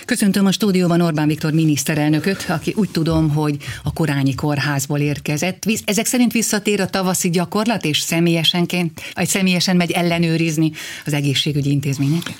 Köszöntöm a stúdióban Orbán Viktor miniszterelnököt, aki úgy tudom, hogy a Korányi Kórházból érkezett. Ezek szerint visszatér a tavaszi gyakorlat, és személyesen megy ellenőrizni az egészségügyi intézményeket?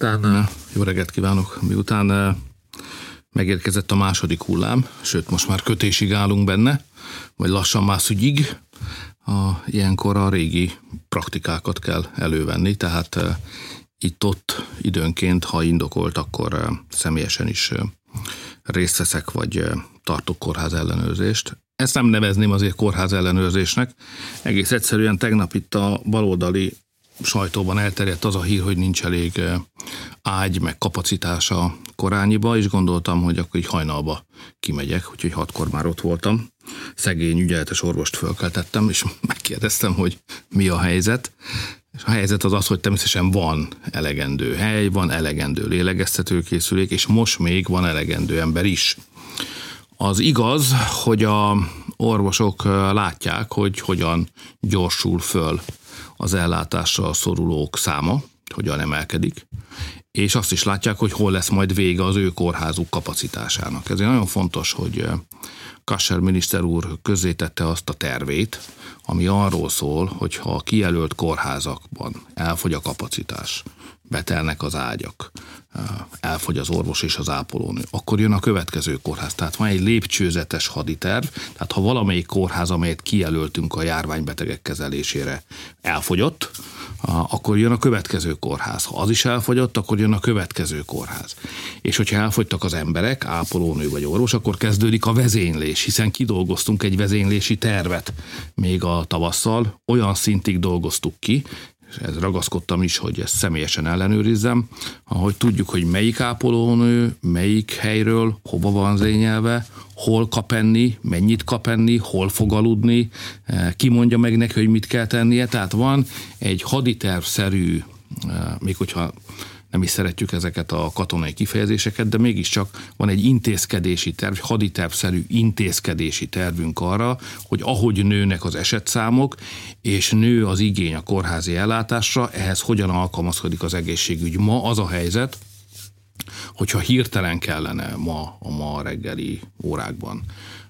Jó reggelt kívánok! Miután megérkezett a második hullám, sőt most már kötésig állunk benne, vagy lassan mászügyig, ilyenkor a régi praktikákat kell elővenni, tehát itt-ott időnként, ha indokolt, akkor személyesen is részt veszek, vagy tartok kórház ellenőrzést. Ezt nem nevezném azért kórház ellenőrzésnek. Egész egyszerűen tegnap itt a baloldali sajtóban elterjedt az a hír, hogy nincs elég ágy, meg kapacitás a Korányiba, és gondoltam, hogy akkor így hajnalba kimegyek, úgyhogy 6-kor már ott voltam. Szegény ügyeletes orvost fölkeltettem, és megkérdeztem, hogy mi a helyzet. És a helyzet az, hogy természetesen van elegendő hely, van elegendő lélegeztetőkészülék, és most még van elegendő ember is. Az igaz, hogy a orvosok látják, hogy hogyan gyorsul föl az ellátásra szorulók száma, hogyan emelkedik, és azt is látják, hogy hol lesz majd vége az ő kórházuk kapacitásának. Ezért nagyon fontos, hogy Kásser miniszter úr közzétette azt a tervét, ami arról szól, hogy ha a kijelölt kórházakban elfogy a kapacitás, betelnek az ágyak, elfogy az orvos és az ápolónő, akkor jön a következő kórház. Tehát van egy lépcsőzetes haditerv, tehát ha valamelyik kórház, amelyet kijelöltünk a járványbetegek kezelésére, elfogyott, akkor jön a következő kórház. Ha az is elfogyott, akkor jön a következő kórház. És hogyha elfogytak az emberek, ápolónő vagy orvos, akkor kezdődik a vezénylés, hiszen kidolgoztunk egy vezénylési tervet még a tavasszal, olyan szintig dolgoztuk ki, és ez ragaszkodtam is, hogy ezt személyesen ellenőrizzem, ahogy tudjuk, hogy melyik ápolónő, melyik helyről, hova van zényelve, hol kap enni, mennyit kap enni, hol fog aludni, ki mondja meg neki, hogy mit kell tennie. Tehát van egy haditervszerű, még hogyha nem is szeretjük ezeket a katonai kifejezéseket, de mégiscsak van egy intézkedési terv, haditervszerű intézkedési tervünk arra, hogy ahogy nőnek az esetszámok, és nő az igény a kórházi ellátásra, ehhez hogyan alkalmazkodik az egészségügy. Ma az a helyzet, hogyha hirtelen kellene ma reggeli órákban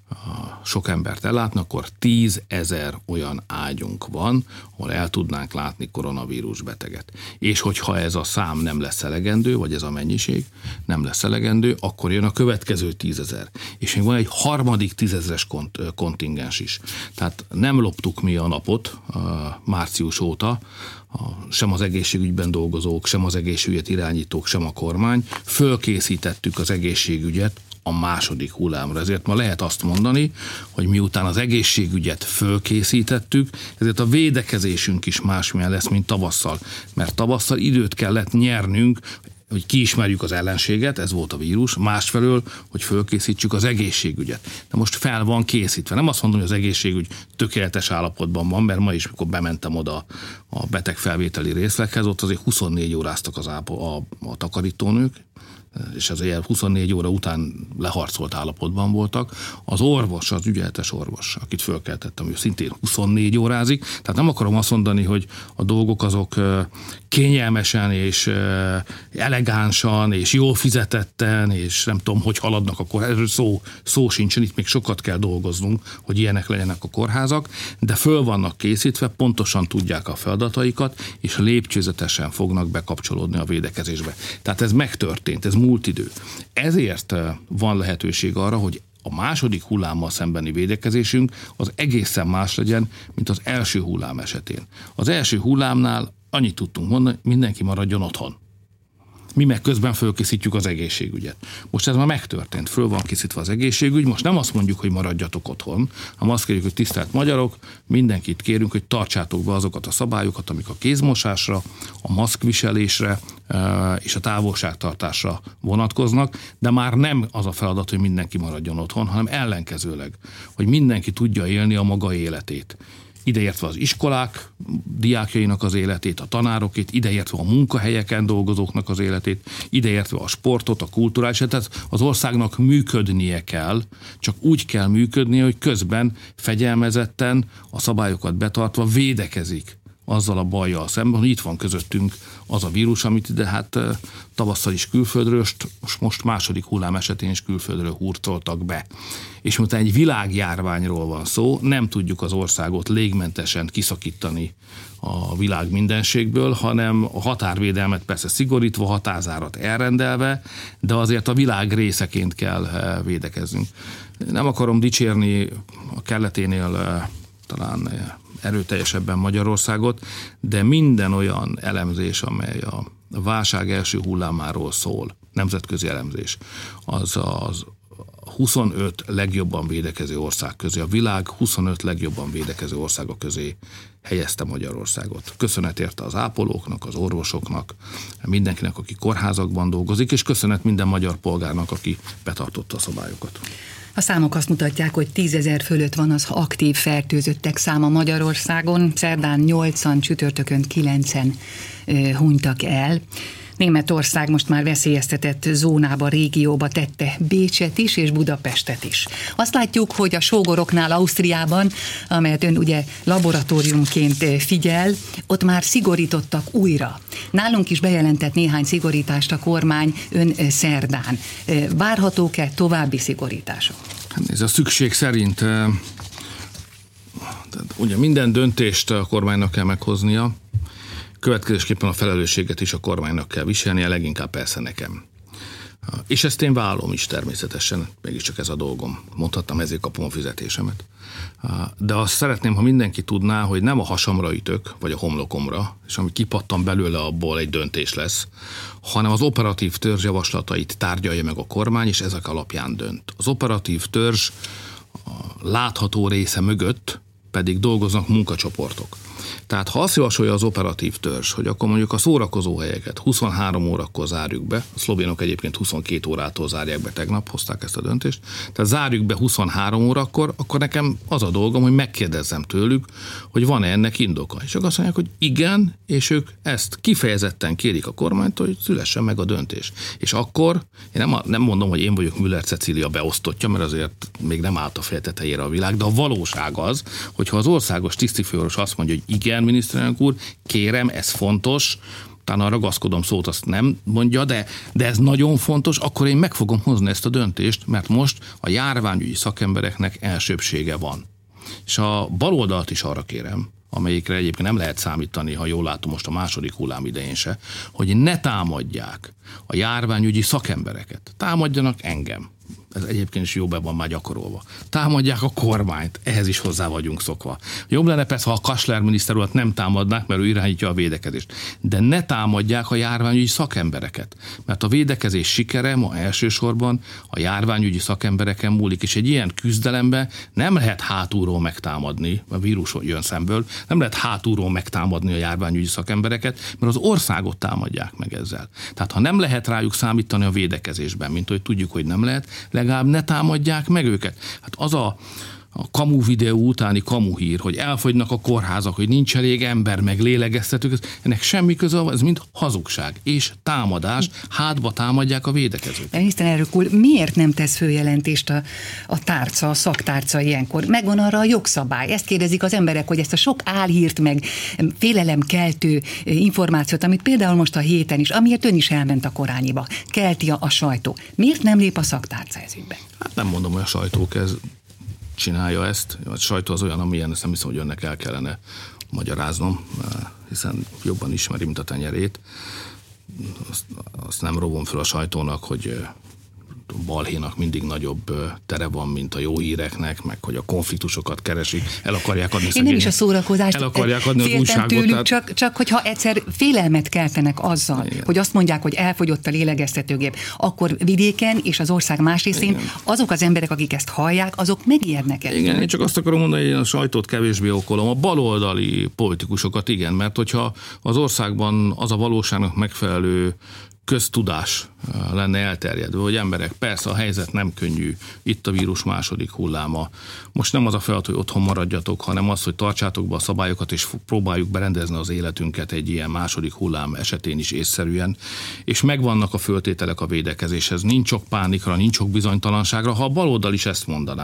sok embert ellátni, akkor 10 000 olyan ágyunk van, ahol el tudnánk látni koronavírus beteget. És hogyha ez a szám nem lesz elegendő, vagy ez a mennyiség nem lesz elegendő, akkor jön a következő 10 000. És még van egy harmadik 10 000-es kontingens is. Tehát nem loptuk mi a napot március óta, sem az egészségügyben dolgozók, sem az egészségügyet irányítók, sem a kormány. Fölkészítettük az egészségügyet a második hullámra. Ezért ma lehet azt mondani, hogy miután az egészségügyet fölkészítettük, ezért a védekezésünk is másmilyen lesz, mint tavasszal. Mert tavasszal időt kellett nyernünk, hogy kiismerjük az ellenséget, ez volt a vírus, másfelől, hogy fölkészítsük az egészségügyet. De most fel van készítve. Nem azt mondom, hogy az egészségügy tökéletes állapotban van, mert ma is, amikor bementem oda a betegfelvételi részleghez, ott azért 24 óráztak a takarítónők, és ez 24 óra után leharcolt állapotban voltak. Az orvos, az ügyeletes orvos, akit fölkeltettem, ő szintén 24 órázik, tehát nem akarom azt mondani, hogy a dolgok azok kényelmesen és elegánsan és jól fizetetten, és nem tudom, hogy haladnak a kórházak. Szó sincsen, itt még sokat kell dolgoznunk, hogy ilyenek legyenek a kórházak, de föl vannak készítve, pontosan tudják a feladataikat, és lépcsőzetesen fognak bekapcsolódni a védekezésbe. Tehát ez megtörtént, ez múlt idő. Ezért van lehetőség arra, hogy a második hullámmal szembeni védekezésünk az egészen más legyen, mint az első hullám esetén. Az első hullámnál annyit tudtunk mondani, mindenki maradjon otthon. Mi meg közben fölkészítjük az egészségügyet. Most ez már megtörtént, föl van készítve az egészségügy, most nem azt mondjuk, hogy maradjatok otthon, hanem azt kérjük, hogy tisztelt magyarok, mindenkit kérünk, hogy tartsátok be azokat a szabályokat, amik a kézmosásra, a maszkviselésre és a távolságtartásra vonatkoznak, de már nem az a feladat, hogy mindenki maradjon otthon, hanem ellenkezőleg, hogy mindenki tudja élni a maga életét. Ideértve az iskolák diákjainak az életét, a tanárokét, ideértve a munkahelyeken dolgozóknak az életét, ideértve a sportot, a kulturális, tehát az országnak működnie kell, csak úgy kell működnie, hogy közben fegyelmezetten, a szabályokat betartva védekezik azzal a bajjal szemben, hogy itt van közöttünk az a vírus, amit ide hát tavasszal is külföldről, most második hullám esetén is külföldről hurcoltak be. És miután egy világjárványról van szó, nem tudjuk az országot légmentesen kiszakítani a világ mindenségből, hanem a határvédelmet persze szigorítva, határzárat elrendelve, de azért a világ részeként kell védekeznünk. Nem akarom dicsérni a kelleténél talán erőteljesebben Magyarországot, de minden olyan elemzés, amely a válság első hullámáról szól, nemzetközi elemzés, az 25 legjobban védekező ország közé, a világ 25 legjobban védekező országa közé helyezte Magyarországot. Köszönet érte az ápolóknak, az orvosoknak, mindenkinek, aki kórházakban dolgozik, és köszönet minden magyar polgárnak, aki betartotta a szabályokat. A számok azt mutatják, hogy 10 000 fölött van az aktív fertőzöttek száma Magyarországon, szerdán 8-an, csütörtökön 9-en hunytak el. Németország most már veszélyeztetett zónába, régióba tette Bécset is és Budapestet is. Azt látjuk, hogy a sógoroknál Ausztriában, amelyet ön ugye laboratóriumként figyel, ott már szigorítottak újra. Nálunk is bejelentett néhány szigorítást a kormány ön szerdán. Várhatók-e további szigorítások? Ez a szükség szerint ugye minden döntést a kormánynak kell meghoznia, következésképpen a felelősséget is a kormánynak kell viselnie, leginkább persze nekem. És ezt én vállalom is természetesen, mégiscsak ez a dolgom. Mondhattam, ezért kapom a fizetésemet. De azt szeretném, ha mindenki tudná, hogy nem a hasamra ütök, vagy a homlokomra, és ami kipattan belőle, abból egy döntés lesz, hanem az operatív törzs javaslatait tárgyalja meg a kormány, és ezek alapján dönt. Az operatív törzs a látható része mögött pedig dolgoznak munkacsoportok. Tehát ha azt javasolja az operatív törzs, hogy akkor mondjuk a szórakozóhelyeket 23 órakor zárjuk be, a szlovénok egyébként 22 órától zárják be, tegnap hozták ezt a döntést, tehát zárjuk be 23 órakor, akkor nekem az a dolgom, hogy megkérdezzem tőlük, hogy van-e ennek indoka. És azt mondják, hogy igen, és ők ezt kifejezetten kérik a kormánytól, hogy szülessen meg a döntés. És akkor, én nem mondom, hogy én vagyok Müller Cecília beosztottja, mert azért még nem állt a feje tetejére a világ, de a valóság az, hogyha az országos tisztifőorvos azt mondja, hogy igen, miniszterelnök úr, kérem, ez fontos, talán a ragaszkodom szót azt nem mondja, de ez nagyon fontos, akkor én meg fogom hozni ezt a döntést, mert most a járványügyi szakembereknek elsőbbsége van. És a baloldalt is arra kérem, amelyikre egyébként nem lehet számítani, ha jól látom most a második hullám idején se, hogy ne támadják a járványügyi szakembereket. Támadjanak engem. Ez egyébként is jó be van már gyakorolva. Támadják a kormányt, ehhez is hozzá vagyunk szokva. Jobb lenne persze, ha a Kastler miniszter urat nem támadnák, mert ő irányítja a védekezést. De ne támadják a járványügyi szakembereket, mert a védekezés sikere ma elsősorban a járványügyi szakembereken múlik, és egy ilyen küzdelemben nem lehet hátulról megtámadni, a vírus jön szemből, nem lehet hátulról megtámadni a járványügyi szakembereket, mert az országot támadják meg ezzel. Tehát ha nem lehet rájuk számítani a védekezésben, mint hogy tudjuk, hogy nem lehet, legalább ne támadják meg őket. Hát az a kamu videó utáni kamu hír, hogy elfogynak a kórházak, hogy nincs elég ember, meg lélegeztetők, ennek semmi köze, ez mind hazugság és támadás, hátba támadják a védekezőt. Miniszterelnök úr, miért nem tesz följelentést a tárca, a szaktárca ilyenkor? Megvan arra a jogszabály. Ezt kérdezik az emberek, hogy ezt a sok álhírt, meg félelemkeltő információt, amit például most a héten is, amiért ön is elment a Korányiba, kelti a sajtó. Miért nem lép a szaktárca ez ügyben? Hát nem mondom, hogy a sajtó csinálja ezt. A sajtó az olyan, amilyen, ezt nem hiszem, hogy önnek el kellene magyaráznom, hiszen jobban ismeri, mint a tenyerét. Azt nem rovom fel a sajtónak, hogy balhénak mindig nagyobb tere van, mint a jó híreknek, meg hogy a konfliktusokat keresik, el akarják adni Én nem is a szórakozást el akarják adni az újságot. Tőlük, csak hogyha egyszer félelmet keltenek azzal, igen, hogy azt mondják, hogy elfogyott a lélegeztetőgép, akkor vidéken és az ország más részén igen, azok az emberek, akik ezt hallják, azok megijednek el. Igen, én csak azt akarom mondani, hogy a sajtót kevésbé okolom, a baloldali politikusokat igen, mert hogyha az országban az a valóságnak megfelelő köztudás lenne elterjedve, hogy emberek, persze a helyzet nem könnyű, itt a vírus második hulláma. Most nem az a feladat, hogy otthon maradjatok, hanem az, hogy tartsátok be a szabályokat, és próbáljuk berendezni az életünket egy ilyen második hullám esetén is észszerűen, és megvannak a föltételek a védekezéshez. Nincs sok pánikra, nincs sok bizonytalanságra. Ha a baloldal is ezt mondaná,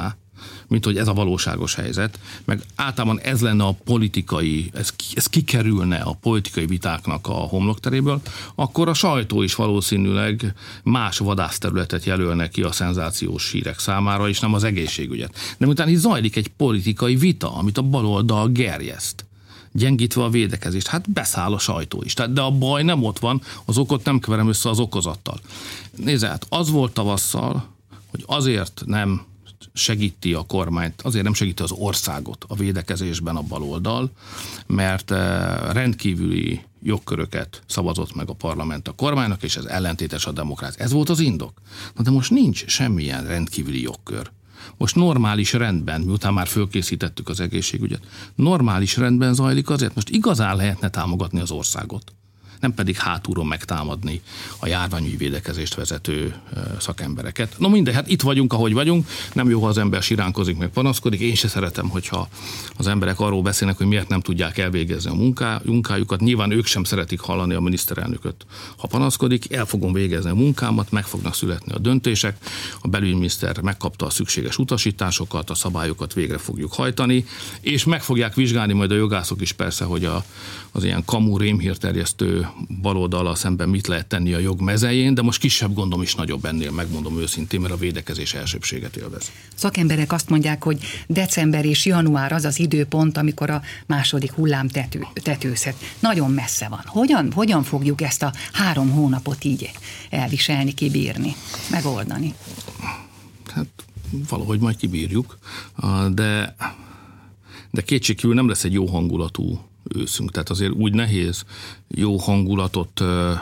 mint hogy ez a valóságos helyzet, meg általában ez lenne a politikai, ez kikerülne a politikai vitáknak a homlokteréből, akkor a sajtó is valószínűleg más vadászterületet jelölne ki a szenzációs hírek számára, és nem az egészségügyet. De miután itt zajlik egy politikai vita, amit a baloldal gerjeszt, gyengítve a védekezést, hát beszáll a sajtó is. De a baj nem ott van, az okot nem keverem össze az okozattal. Nézd, hát az volt tavasszal, hogy azért nem segíti a kormányt, azért nem segíti az országot a védekezésben a baloldal, mert rendkívüli jogköröket szavazott meg a parlament a kormánynak, és ez ellentétes a demokrácia. Ez volt az indok. Na de most nincs semmilyen rendkívüli jogkör. Most normális rendben, miután már fölkészítettük az egészségügyet, normális rendben zajlik azért, most igazán lehetne támogatni az országot. Nem pedig hátulról megtámadni a járványügyi védekezést vezető szakembereket. No mindegy, hát itt vagyunk, ahogy vagyunk, nem jó, ha az ember siránkozik, meg panaszkodik, én se szeretem, hogyha az emberek arról beszélnek, hogy miért nem tudják elvégezni a munkájukat. Nyilván ők sem szeretik hallani a miniszterelnököt, ha panaszkodik, el fogom végezni a munkámat, meg fognak születni a döntések, a belügyminiszter megkapta a szükséges utasításokat, a szabályokat végre fogjuk hajtani, és meg fogják vizsgálni majd a jogászok is persze, hogy az ilyen kamu rémhírterjesztő baloldallal szemben mit lehet tenni a jog mezején, de most kisebb gondom is nagyobb ennél, megmondom őszintén, mert a védekezés elsőbséget élvez. Szakemberek azt mondják, hogy december és január az az időpont, amikor a második hullám tetőzhet. Nagyon messze van. Hogyan fogjuk ezt a 3 hónapot így elviselni, kibírni, megoldani? Hát valahogy majd kibírjuk, de kétségkívül nem lesz egy jó hangulatú őszünk. Tehát azért úgy nehéz jó hangulatot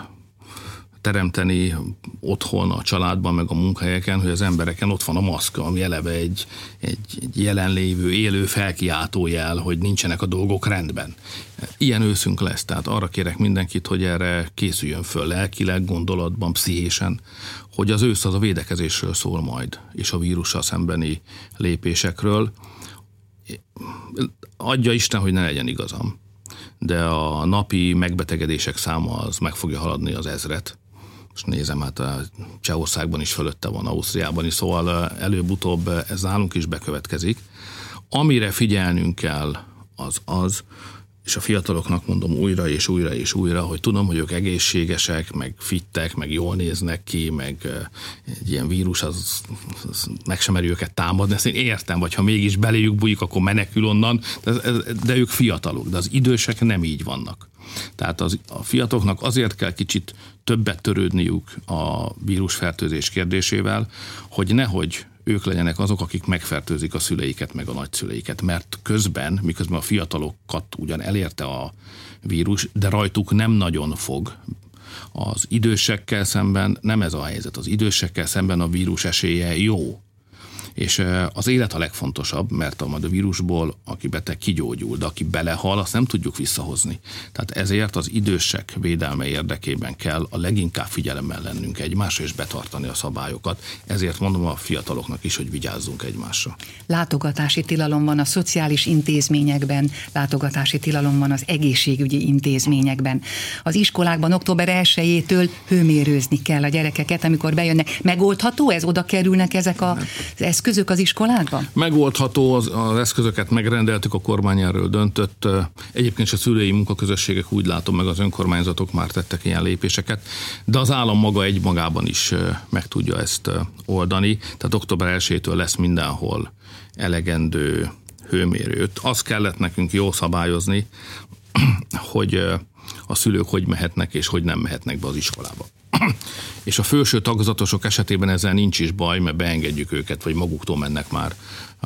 teremteni otthon, a családban, meg a munkahelyeken, hogy az embereken ott van a maszk, ami eleve egy jelenlévő, élő felkiáltójel, hogy nincsenek a dolgok rendben. Ilyen őszünk lesz, tehát arra kérek mindenkit, hogy erre készüljön föl lelkileg, gondolatban, pszichésen, hogy az ősz az a védekezésről szól majd, és a vírussal szembeni lépésekről. Adja Isten, hogy ne legyen igazam, de a napi megbetegedések száma az meg fogja haladni az 1000-et. Most nézem, hát a Csehországban is fölötte van, Ausztriában is, szóval előbb-utóbb ez nálunk is bekövetkezik. Amire figyelnünk kell, az, és a fiataloknak mondom újra és újra és újra, hogy tudom, hogy ők egészségesek, meg fittek, meg jól néznek ki, meg egy ilyen vírus, az meg sem meri őket támadni, ezt én értem, vagy ha mégis beléjük bújik, akkor menekül onnan, de ők fiatalok, de az idősek nem így vannak. Tehát a fiataloknak azért kell kicsit többet törődniük a vírusfertőzés kérdésével, hogy nehogy ők legyenek azok, akik megfertőzik a szüleiket, meg a nagyszüleiket, mert miközben a fiatalokat ugyan elérte a vírus, de rajtuk nem nagyon fog. Az idősekkel szemben nem ez a helyzet. Az idősekkel szemben a vírus esélye jó. És az élet a legfontosabb, mert majd a vírusból, aki beteg, kigyógyul, de aki belehal, azt nem tudjuk visszahozni. Tehát ezért az idősek védelme érdekében kell a leginkább figyelemmel lennünk egymásra, és betartani a szabályokat. Ezért mondom a fiataloknak is, hogy vigyázzunk egymásra. Látogatási tilalom van a szociális intézményekben, látogatási tilalom van az egészségügyi intézményekben. Az iskolákban október 1-től hőmérőzni kell a gyerekeket, amikor bejönnek. Megoldható ez? Oda kerülnek ezek az eszközök az iskolákban? Megoldható, az eszközöket megrendeltük, a kormány erről döntött. Egyébként a szülői munkaközösségek, úgy látom, meg az önkormányzatok már tettek ilyen lépéseket, de az állam maga egymagában is meg tudja ezt oldani. Tehát október 1-től lesz mindenhol elegendő hőmérőt. Azt kellett nekünk jól szabályozni, hogy a szülők hogy mehetnek és hogy nem mehetnek be az iskolába. És a felső tagozatosok esetében ezzel nincs is baj, mert beengedjük őket, vagy maguktól mennek már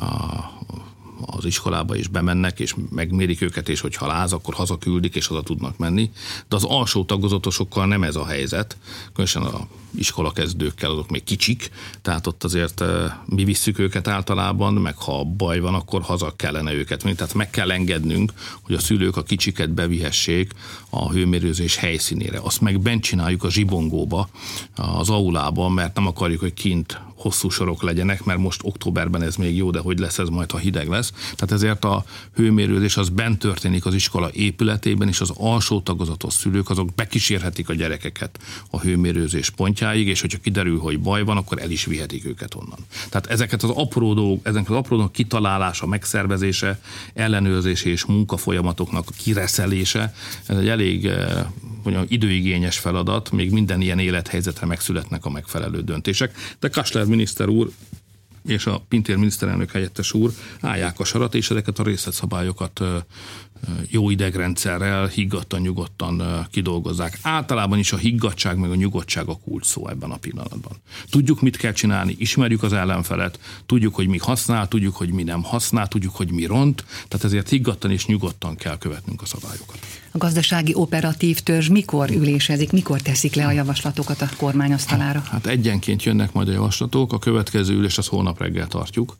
az iskolába, és bemennek, és megmérik őket, és hogyha láz, akkor hazaküldik, és haza tudnak menni. De az alsó tagozatosokkal nem ez a helyzet, különösen az iskolakezdőkkel, azok még kicsik, tehát ott azért mi visszük őket általában, meg ha baj van, akkor haza kellene őket menni. Tehát meg kell engednünk, hogy a szülők a kicsiket bevihessék a hőmérőzés helyszínére. Azt meg bent csináljuk a zsibongóba, az aulában, mert nem akarjuk, hogy kint hosszú sorok legyenek, mert most októberben ez még jó, de hogy lesz ez majd, ha hideg lesz. Tehát ezért a hőmérőzés az bent történik az iskola épületében, és az alsó tagozatos szülők azok bekísérhetik a gyerekeket a hőmérőzés pontjára, központjáig, és hogyha kiderül, hogy baj van, akkor el is vihetik őket onnan. Tehát ezeket az apró dolgok kitalálása, megszervezése, ellenőrzése és munkafolyamatoknak kireszelése, ez egy elég időigényes feladat, még minden ilyen élethelyzetre megszületnek a megfelelő döntések. De Kastler miniszter úr és a Pintér miniszterelnök helyettes úr állják a sarat, és ezeket a részletszabályokat jó idegrendszerrel, higgadtan, nyugodtan kidolgozzák. Általában is a higgadtság meg a nyugodtság a kulcs szó ebben a pillanatban. Tudjuk, mit kell csinálni, ismerjük az ellenfelet, tudjuk, hogy mi használ, tudjuk, hogy mi nem használ, tudjuk, hogy mi ront, tehát ezért higgadtan és nyugodtan kell követnünk a szabályokat. A gazdasági operatív törzs mikor ülésezik, mikor teszik le a javaslatokat a kormányasztalára? Hát egyenként jönnek majd a javaslatok, a következő ülés az holnap reggel tartjuk.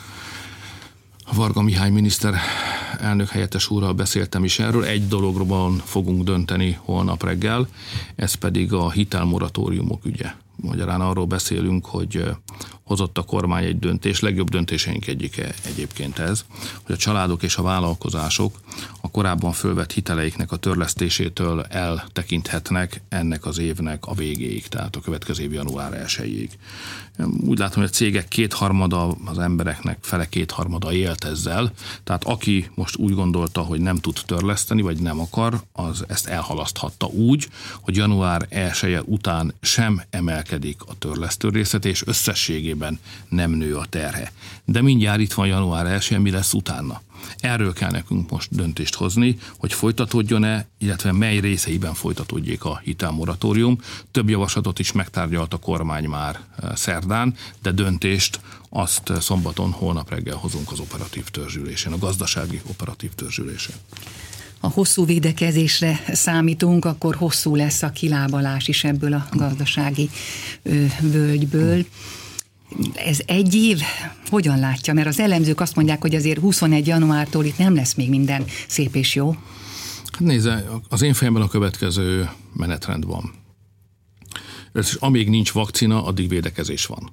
Varga Mihály miniszter elnök helyettes úrral beszéltem is erről, egy dologban fogunk dönteni holnap reggel, ez pedig a hitelmoratóriumok ügye. Magyarán arról beszélünk, hogy hozott a kormány egy döntés, legjobb döntéseink egyike egyébként ez, hogy a családok és a vállalkozások a korábban fölvett hiteleiknek a törlesztésétől eltekinthetnek ennek az évnek a végéig, tehát a következő év január 1-ig. Úgy látom, hogy a cégek kétharmada, az embereknek fele kétharmada élt ezzel, tehát aki most úgy gondolta, hogy nem tud törleszteni, vagy nem akar, az ezt elhalaszthatta úgy, hogy január 1-e után sem emelkedik a törlesztő részlet, és összességében nem nő a terhe. De mindjárt itt van január 1-e, mi lesz utána? Erről kell nekünk most döntést hozni, hogy folytatódjon-e, illetve mely részeiben folytatódjék a hitelmoratórium. Több javaslatot is megtárgyalt a kormány már szerdán, de döntést azt szombaton, holnap reggel hozunk az operatív törzsülésén, a gazdasági operatív törzsülésén. A hosszú védekezésre számítunk, akkor hosszú lesz a kilábalás is ebből a gazdasági völgyből. Ez egy év? Hogyan látja? Mert az elemzők azt mondják, hogy azért 21. januártól itt nem lesz még minden szép és jó. Nézze, az én fejemben a következő menetrend van. Amíg nincs vakcina, addig védekezés van.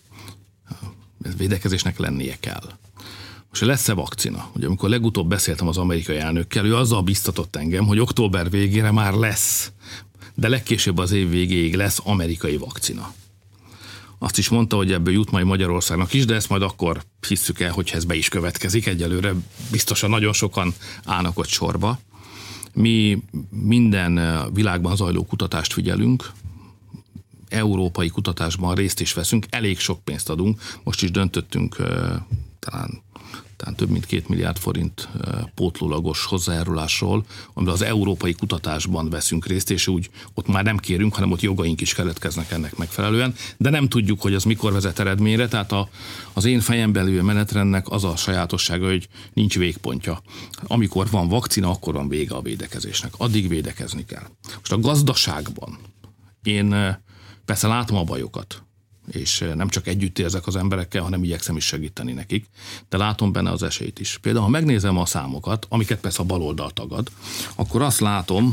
Védekezésnek lennie kell. Most lesz-e vakcina? Ugye amikor legutóbb beszéltem az amerikai elnökkel, ő azzal biztatott engem, hogy október végére már lesz, de legkésőbb az év végéig lesz amerikai vakcina. Azt is mondta, hogy ebből jut majd Magyarországnak is, de ezt majd akkor hisszük el, hogyha ez be is következik. Egyelőre biztosan nagyon sokan állnak ott sorba. Mi minden világban zajló kutatást figyelünk, európai kutatásban részt is veszünk, elég sok pénzt adunk. Most is döntöttünk talán több mint 2 milliárd forint pótlólagos hozzájárulásról, amivel az európai kutatásban veszünk részt, és úgy ott már nem kérünk, hanem ott jogaink is keletkeznek ennek megfelelően, de nem tudjuk, hogy az mikor vezet eredményre, tehát az én fejemben lévő menetrendnek az a sajátossága, hogy nincs végpontja. Amikor van vakcina, akkor van vége a védekezésnek. Addig védekezni kell. Most a gazdaságban én persze látom a bajokat, és nem csak együtt érzek az emberekkel, hanem igyekszem is segíteni nekik, de látom benne az esélyt is. Például, ha megnézem a számokat, amiket persze a baloldal tagad, akkor azt látom,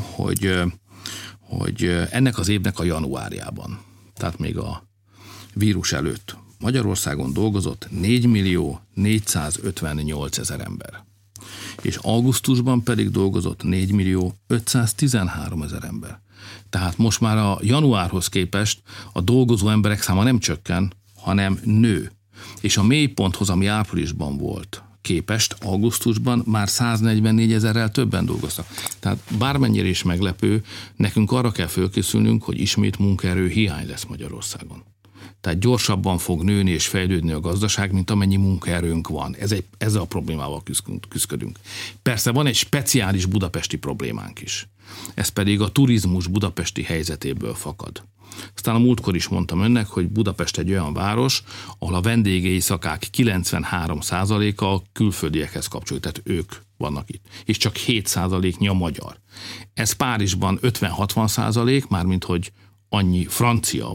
hogy ennek az évnek a januárjában, tehát még a vírus előtt Magyarországon dolgozott 4.458.000 ember. És augusztusban pedig dolgozott 4.513.000 ember. Tehát most már a januárhoz képest a dolgozó emberek száma nem csökken, hanem nő. És a mélyponthoz, ami áprilisban volt képest, augusztusban már 144 000-rel többen dolgoztak. Tehát bármennyire is meglepő, nekünk arra kell fölkészülnünk, hogy ismét munkaerő hiány lesz Magyarországon. Tehát gyorsabban fog nőni és fejlődni a gazdaság, mint amennyi munkaerőnk van. Ezzel a problémával küzdködünk. Persze van egy speciális budapesti problémánk is. Ez pedig a turizmus budapesti helyzetéből fakad. Aztán a múltkor is mondtam önnek, hogy Budapest egy olyan város, ahol a vendégéjszakák 93%-a külföldiekhez kapcsolódik, tehát ők vannak itt. És csak 7%-nyi a magyar. Ez Párizsban 50-60%, mármint hogy annyi francia van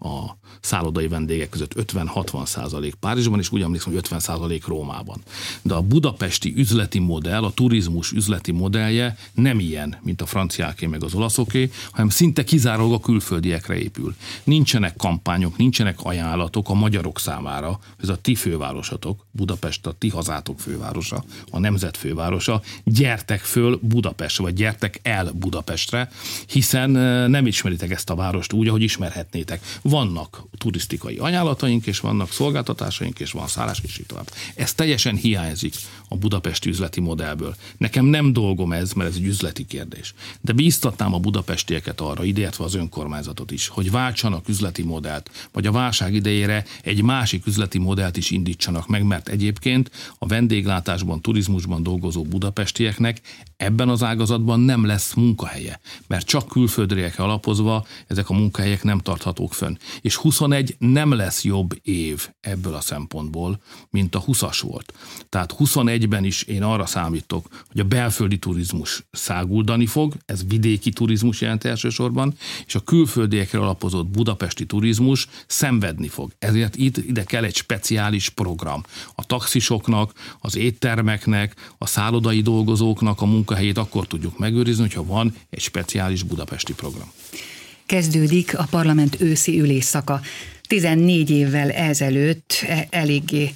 a szállodai vendégek között 50-60% Párizsban, és úgy emlékszem, hogy 50% Rómában. De a budapesti üzleti modell, a turizmus üzleti modellje nem ilyen, mint a franciáké meg az olaszoké, hanem szinte kizárólag a külföldiekre épül. Nincsenek kampányok, nincsenek ajánlatok a magyarok számára, ez a ti fővárosatok, Budapest a ti hazátok fővárosa, a nemzet fővárosa, gyertek föl Budapestre, vagy gyertek el Budapestre, hiszen nem ismeritek ezt a várost úgy, ahogy ismerhetnétek. Vannak turisztikai ajánlataink, és vannak szolgáltatásaink, és van szállás, és így tovább. Ez teljesen hiányzik a budapesti üzleti modellből. Nekem nem dolgom ez, mert ez egy üzleti kérdés. De bíztatnám a budapestieket arra, ideértve az önkormányzatot is, hogy váltsanak üzleti modellt, vagy a válság idejére egy másik üzleti modellt is indítsanak meg, mert egyébként a vendéglátásban, turizmusban dolgozó budapestieknek ebben az ágazatban nem lesz munkahelye, mert csak külföldre alapozva ezek a munkahelyek nem tarthatók fönn. És 21 nem lesz jobb év ebből a szempontból, mint a 20-as volt. Tehát 21-ben is én arra számítok, hogy a belföldi turizmus száguldani fog, ez vidéki turizmus jelent elsősorban, és a külföldiekre alapozott budapesti turizmus szenvedni fog. Ezért ide kell egy speciális program. A taxisoknak, az éttermeknek, a szállodai dolgozóknak a munkahelyét akkor tudjuk megőrizni, hogyha van egy speciális budapesti program. Kezdődik a parlament őszi ülésszaka. 14 évvel ezelőtt eléggé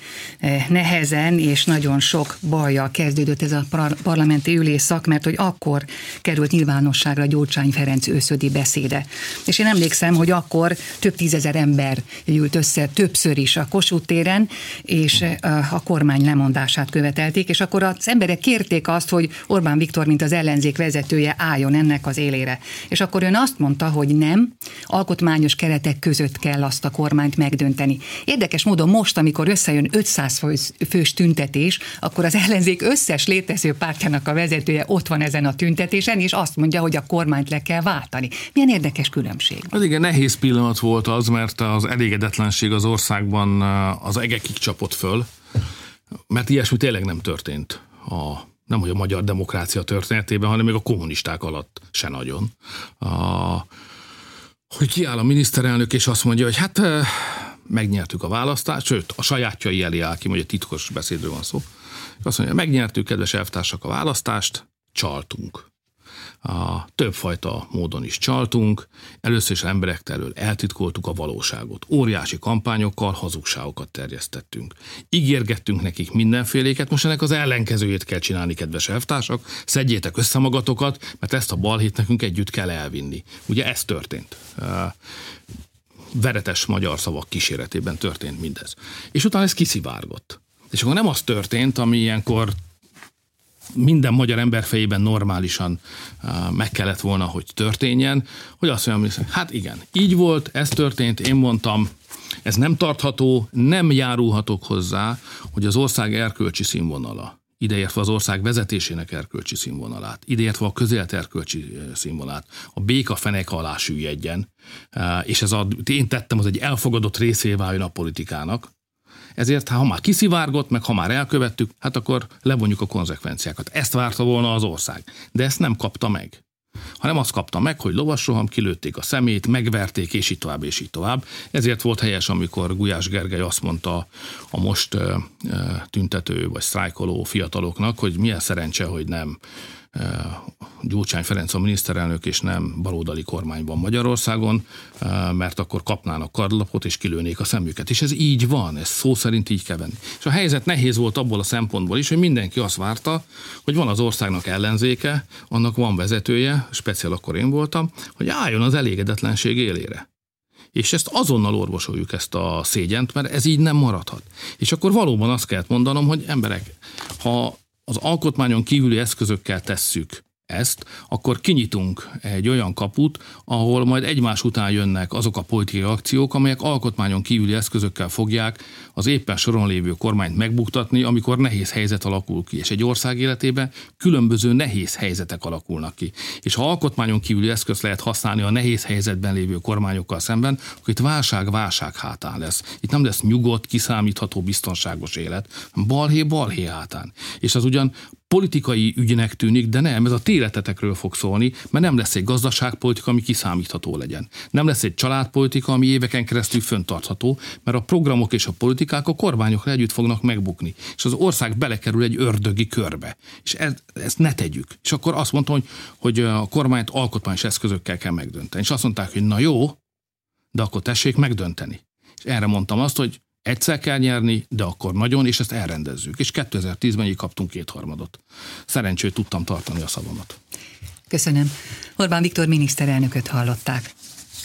nehezen és nagyon sok bajjal kezdődött ez a parlamenti ülésszak, mert hogy akkor került nyilvánosságra Gyurcsány Ferenc őszödi beszéde. És én emlékszem, hogy akkor több tízezer ember gyűlt össze többször is a Kossuth téren, és a kormány lemondását követelték, és akkor az emberek kérték azt, hogy Orbán Viktor, mint az ellenzék vezetője, álljon ennek az élére. És akkor ön azt mondta, hogy nem, alkotmányos keretek között kell azt a kormányt megdönteni. Érdekes módon most, amikor összejön 500 fős tüntetés, akkor az ellenzék összes létező pártjának a vezetője ott van ezen a tüntetésen, és azt mondja, hogy a kormányt le kell váltani. Milyen érdekes különbség. Az igen, nehéz pillanat volt az, mert az elégedetlenség az országban az egekig csapott föl, mert ilyesmi tényleg nem történt. Nem, hogy a magyar demokrácia történetében, hanem még a kommunisták alatt se nagyon. Hogy kiáll a miniszterelnök, és azt mondja, hogy hát megnyertük a választást, sőt, a sajátjai elé áll ki, hogy egy titkos beszédről van szó. És azt mondja, megnyertük, kedves elvtársak, a választást, csaltunk. Többfajta módon is csaltunk, először is emberektől elől eltitkoltuk a valóságot. Óriási kampányokkal hazugságokat terjesztettünk. Ígérgettünk nekik mindenféléket, most ennek az ellenkezőjét kell csinálni, kedves elvtársak, szedjétek össze magatokat, mert ezt a balhét nekünk együtt kell elvinni. Ugye ez történt. Veretes magyar szavak kíséretében történt mindez. És utána ez kiszivárgott. És akkor nem az történt, ami ilyenkor minden magyar ember fejében normálisan meg kellett volna, hogy történjen, hogy azt mondjam, hogy hát igen, így volt, ez történt, én mondtam, ez nem tartható, nem járulhatok hozzá, hogy az ország erkölcsi színvonala, ideértve az ország vezetésének erkölcsi színvonalát, ideértve a közélet erkölcsi színvonalát, a béka feneke alá süllyedjen, és én tettem, az egy elfogadott részévé váljon a politikának. Ezért, ha már kiszivárgott, meg ha már elkövettük, hát akkor levonjuk a konzekvenciákat. Ezt várta volna az ország. De ezt nem kapta meg. Hanem azt kapta meg, hogy lovasroham, kilőtték a szemét, megverték, és így tovább, és így tovább. Ezért volt helyes, amikor Gulyás Gergely azt mondta a most tüntető vagy sztrájkoló fiataloknak, hogy milyen szerencse, hogy nem Gyurcsány Ferenc a miniszterelnök, és nem baloldali kormány van Magyarországon, mert akkor kapnának kardlapot, és kilőnék a szemüket. És ez így van, ez szó szerint így kell venni. És a helyzet nehéz volt abból a szempontból is, hogy mindenki azt várta, hogy van az országnak ellenzéke, annak van vezetője, speciál akkor én voltam, hogy álljon az elégedetlenség élére. És ezt azonnal orvosoljuk, ezt a szégyent, mert ez így nem maradhat. És akkor valóban azt kellett mondanom, hogy emberek, ha az alkotmányon kívüli eszközökkel tesszük ezt, akkor kinyitunk egy olyan kaput, ahol majd egymás után jönnek azok a politikai akciók, amelyek alkotmányon kívüli eszközökkel fogják az éppen soron lévő kormányt megbuktatni, amikor nehéz helyzet alakul ki. És egy ország életében különböző nehéz helyzetek alakulnak ki. És ha alkotmányon kívüli eszközt lehet használni a nehéz helyzetben lévő kormányokkal szemben, akkor itt válság hátán lesz. Itt nem lesz nyugodt, kiszámítható, biztonságos élet, balhé hátán. És az ugyan politikai ügynek tűnik, de nem, ez a ti életetekről fog szólni, mert nem lesz egy gazdaságpolitika, ami kiszámítható legyen. Nem lesz egy családpolitika, ami éveken keresztül fenntartható, mert a programok és a politikák a kormányokra együtt fognak megbukni. És az ország belekerül egy ördögi körbe. És ezt ne tegyük. És akkor azt mondtam, hogy a kormányt alkotmányos eszközökkel kell megdönteni. És azt mondták, hogy na jó, de akkor tessék megdönteni. És erre mondtam azt, hogy egyszer kell nyerni, de akkor nagyon, és ezt elrendezzük. És 2010-ben így kaptunk 2/3. Szerencsét tudtam tartani a szavamat. Köszönöm. Orbán Viktor miniszterelnököt hallották.